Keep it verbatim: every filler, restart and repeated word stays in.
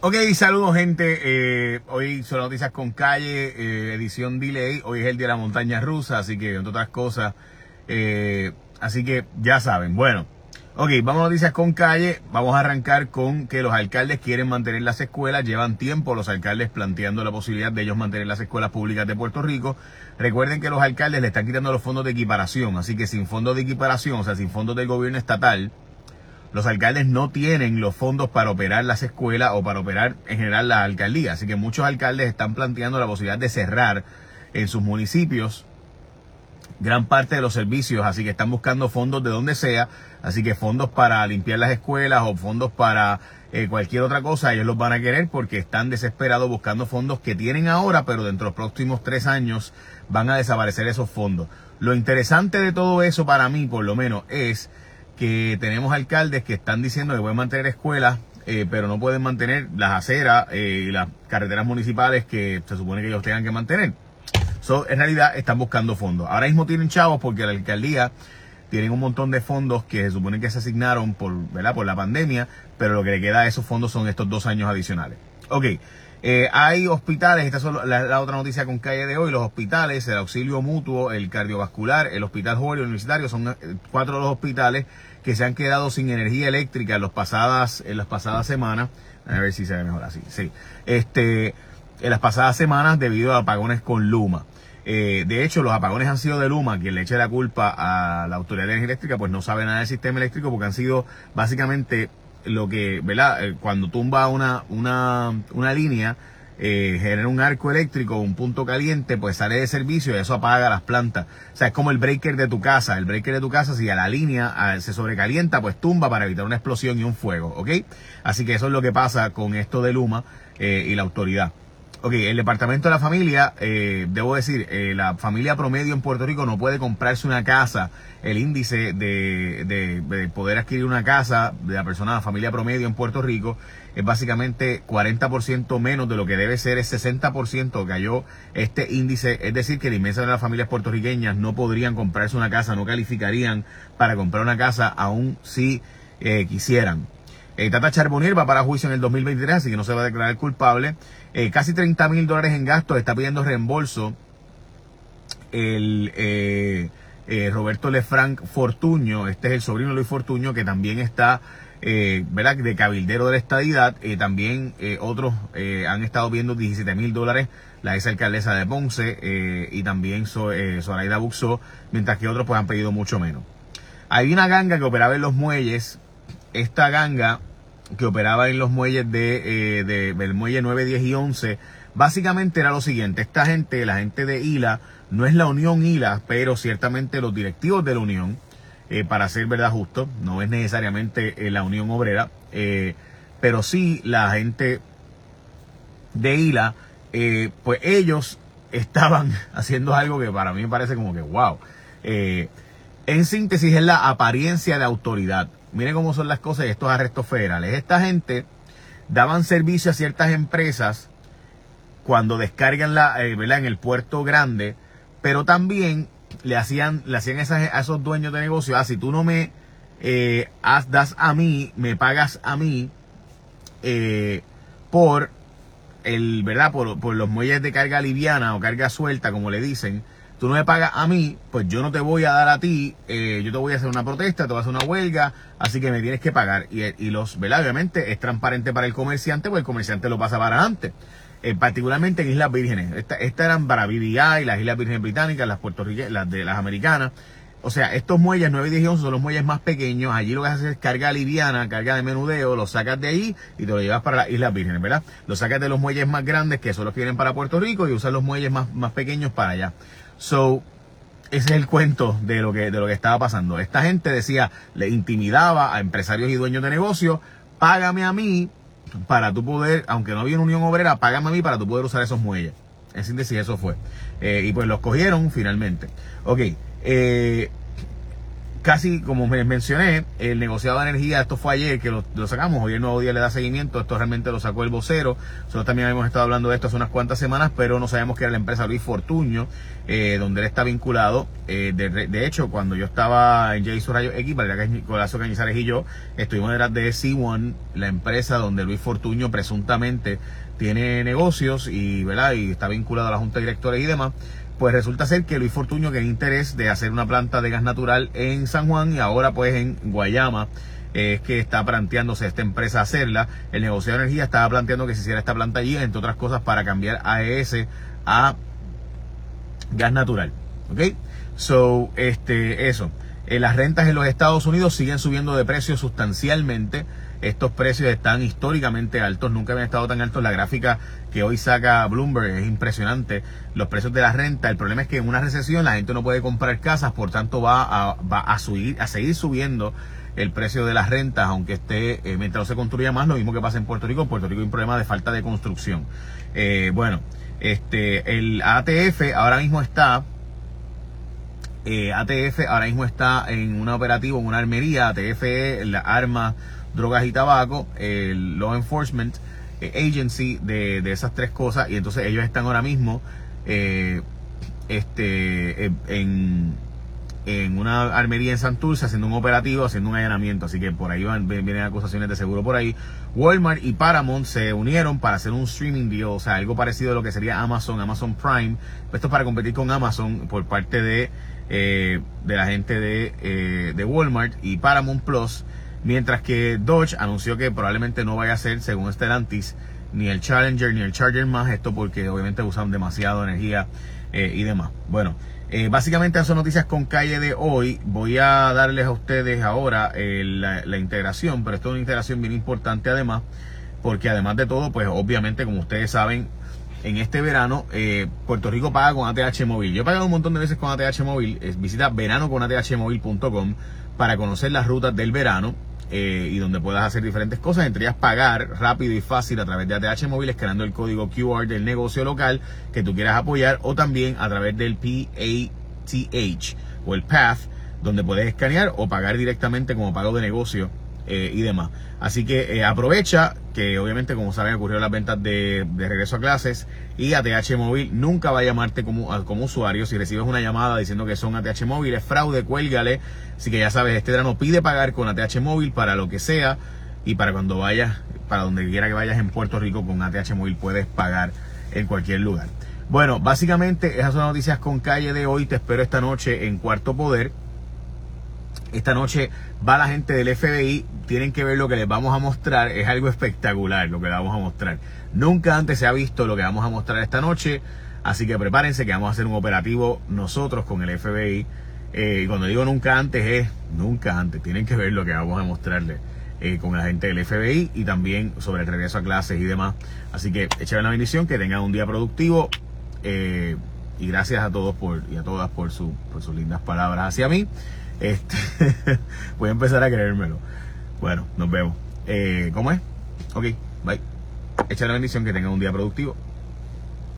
Ok, saludos gente, eh, hoy son noticias con calle, eh, edición delay, hoy es el día de la montaña rusa, así que entre otras cosas, eh, así que ya saben, bueno, ok, vamos a noticias con calle, vamos a arrancar con que los alcaldes quieren mantener las escuelas, llevan tiempo los alcaldes planteando la posibilidad de ellos mantener las escuelas públicas de Puerto Rico. Recuerden que los alcaldes le están quitando los fondos de equiparación, así que sin fondos de equiparación, o sea, sin fondos del gobierno estatal, los alcaldes no tienen los fondos para operar las escuelas o para operar en general las alcaldías. Así que muchos alcaldes están planteando la posibilidad de cerrar en sus municipios gran parte de los servicios. Así que están buscando fondos de donde sea. Así que fondos para limpiar las escuelas o fondos para eh, cualquier otra cosa, ellos los van a querer porque están desesperados buscando fondos que tienen ahora, pero dentro de los próximos tres años van a desaparecer esos fondos. Lo interesante de todo eso para mí, por lo menos, es que tenemos alcaldes que están diciendo que pueden mantener escuelas, eh, pero no pueden mantener las aceras eh, y las carreteras municipales que se supone que ellos tengan que mantener. So, en realidad están buscando fondos. Ahora mismo tienen chavos porque la alcaldía tienen un montón de fondos que se supone que se asignaron por, ¿verdad? por la pandemia, pero lo que le queda a esos fondos son estos dos años adicionales. Ok. Eh, hay hospitales, esta es la, la otra noticia con calle de hoy, los hospitales, el auxilio mutuo, el cardiovascular, el hospital Joven Universitario, son cuatro de los hospitales que se han quedado sin energía eléctrica en, los pasadas, en las pasadas semanas. A ver si se ve mejor así, sí. Este, en las pasadas semanas debido a apagones con Luma. Eh, de hecho, los apagones han sido de Luma, quien le eche la culpa a la Autoridad de Energía Eléctrica, pues no sabe nada del sistema eléctrico porque han sido básicamente lo que, ¿verdad? Eh, cuando tumba una, una, una línea, eh, genera un arco eléctrico, un punto caliente, pues sale de servicio y eso apaga las plantas. O sea, es como el breaker de tu casa. El breaker de tu casa, si a la línea a, se sobrecalienta, pues tumba para evitar una explosión y un fuego, ¿ok? Así que eso es lo que pasa con esto de Luma eh, y la autoridad. Ok, el Departamento de la Familia, eh, debo decir, eh, la familia promedio en Puerto Rico no puede comprarse una casa. El índice de, de, de poder adquirir una casa de la persona, la familia promedio en Puerto Rico, es básicamente cuarenta por ciento menos de lo que debe ser, es sesenta por ciento cayó este índice. Es decir, que la inmensa de las familias puertorriqueñas no podrían comprarse una casa, no calificarían para comprar una casa, aun si eh, quisieran. Eh, Tata Charbonnier va para juicio en el dos mil veintitrés, así que no se va a declarar culpable. Eh, casi treinta mil dólares en gastos, está pidiendo reembolso el eh, eh, Roberto Lefranc Fortuño. Este es el sobrino de Luis Fortuño, que también está, eh, ¿verdad?, de cabildero de la estadidad. Eh, también eh, otros eh, han estado viendo diecisiete mil dólares, la ex alcaldesa de Ponce eh, y también so, eh, Zoraida Buxó, mientras que otros pues han pedido mucho menos. Hay una ganga que operaba en los muelles. Esta ganga que operaba en los muelles de, eh, de, del muelle nueve, diez y once, básicamente era lo siguiente. Esta gente, la gente de I L A, no es la Unión I L A, pero ciertamente los directivos de la Unión, eh, para ser verdad justo, no es necesariamente eh, la Unión Obrera, eh, pero sí la gente de I L A, eh, pues ellos estaban haciendo algo que para mí me parece como que wow. Eh, en síntesis, es la apariencia de autoridad. Miren cómo son las cosas y estos arrestos federales. Esta gente daban servicio a ciertas empresas cuando descargan la, eh, ¿verdad?, en el puerto grande, pero también le hacían, le hacían esas, a esos dueños de negocio, ah, si tú no me eh, has, das a mí, me pagas a mí eh, por el, ¿verdad?, por, por los muelles de carga liviana o carga suelta, como le dicen. Tú no me pagas a mí, pues yo no te voy a dar a ti, eh, yo te voy a hacer una protesta, te voy a hacer una huelga, así que me tienes que pagar. Y, y los, ¿verdad? Obviamente es transparente para el comerciante, porque el comerciante lo pasa para adelante. Eh, particularmente en Islas Vírgenes. Estas esta eran para B B I, las Islas Vírgenes Británicas, las puertorriqueñas, las de las americanas. O sea, estos muelles nueve, diez y once son los muelles más pequeños. Allí lo que haces es carga liviana, carga de menudeo, lo sacas de ahí y te lo llevas para las Islas Vírgenes, ¿verdad? Lo sacas de los muelles más grandes, que son los que vienen para Puerto Rico, y usas los muelles más, más pequeños para allá. So, ese es el cuento de lo que de lo que estaba pasando. Esta gente decía, le intimidaba a empresarios y dueños de negocios, págame a mí para tú poder, aunque no había una unión obrera, págame a mí para tú poder usar esos muelles. En síntesis, eso fue. Eh, y pues los cogieron finalmente. Ok, eh, casi como me mencioné, el negociado de energía, esto fue ayer que lo, lo sacamos, hoy el Nuevo Día le da seguimiento, esto realmente lo sacó el vocero. Nosotros también hemos estado hablando de esto hace unas cuantas semanas, pero no sabemos que era la empresa Luis Fortuño, eh, donde él está vinculado. Eh, de, de hecho, cuando yo estaba en J. Rayo X, Valeria Collazo Cañizares y yo estuvimos detrás de C uno, la empresa donde Luis Fortuño presuntamente tiene negocios y, ¿verdad? Y está vinculado a la junta de directores y demás. Pues resulta ser que Luis Fortuño tiene interés de hacer una planta de gas natural en San Juan y ahora pues en Guayama es que está planteándose esta empresa hacerla. El negocio de energía estaba planteando que se hiciera esta planta allí, entre otras cosas para cambiar A E S a gas natural. ¿Ok? So, este, eso. Eh, las rentas en los Estados Unidos siguen subiendo de precio sustancialmente. Estos precios están históricamente altos, nunca habían estado tan altos. La gráfica que hoy saca Bloomberg es impresionante. Los precios de la renta, el problema es que en una recesión la gente no puede comprar casas, por tanto va a, va a, subir, a seguir subiendo el precio de las rentas, aunque esté, eh, mientras no se construya más. Lo mismo que pasa en Puerto Rico. En Puerto Rico hay un problema de falta de construcción. Eh, bueno, este, el A T F ahora mismo está... Eh, A T F ahora mismo está en un operativo, en una armería. A T F es la arma, drogas y tabaco, el Law Enforcement Agency de, de esas tres cosas, y entonces ellos están ahora mismo eh, este en, en una armería en Santurce haciendo un operativo, haciendo un allanamiento, así que por ahí van, vienen acusaciones de seguro por ahí. Walmart y Paramount se unieron para hacer un streaming deal, o sea, algo parecido a lo que sería Amazon, Amazon Prime. Esto es para competir con Amazon por parte de eh, de la gente de, eh, de Walmart y Paramount Plus. Mientras que Dodge anunció que probablemente no vaya a ser, según Stellantis, ni el Challenger ni el Charger más. Esto porque obviamente usan demasiado energía eh, y demás. Bueno, eh, básicamente esas son noticias con calle de hoy. Voy a darles a ustedes ahora eh, la, la integración, pero esto es una integración bien importante además, porque además de todo, pues obviamente, como ustedes saben, en este verano eh, Puerto Rico paga con A T H Móvil. Yo he pagado un montón de veces con A T H Móvil. Eh, visita verano con A T H móvil punto com para conocer las rutas del verano. Eh, y donde puedas hacer diferentes cosas, entre ellas pagar rápido y fácil a través de A T H Móvil, escaneando el código Q R del negocio local que tú quieras apoyar, o también a través del P A T H o el Path, donde puedes escanear o pagar directamente como pago de negocio eh, y demás. Así que eh, aprovecha que obviamente, como saben, ocurrieron las ventas de, de regreso a clases, y A T H Móvil nunca va a llamarte como, como usuario. Si recibes una llamada diciendo que son A T H Móvil, es fraude, cuélgale. Así que ya sabes, este verano pide pagar con A T H Móvil para lo que sea, y para cuando vayas, para donde quiera que vayas en Puerto Rico, con A T H Móvil puedes pagar en cualquier lugar. Bueno, básicamente esas son las noticias con calle de hoy. Te espero esta noche en Cuarto Poder. Esta noche va la gente del F B I, tienen que ver lo que les vamos a mostrar, es algo espectacular lo que les vamos a mostrar. Nunca antes se ha visto lo que vamos a mostrar esta noche, así que prepárense que vamos a hacer un operativo nosotros con el F B I. Eh, y cuando digo nunca antes es nunca antes, tienen que ver lo que vamos a mostrarles eh, con la gente del F B I, y también sobre el regreso a clases y demás. Así que échale la bendición, que tengan un día productivo, eh, y gracias a todos por, y a todas por, su, por sus lindas palabras hacia mí. Este, voy a empezar a creérmelo. Bueno, nos vemos. Eh, ¿Cómo es? Ok, bye. Echa la bendición, que tengan un día productivo.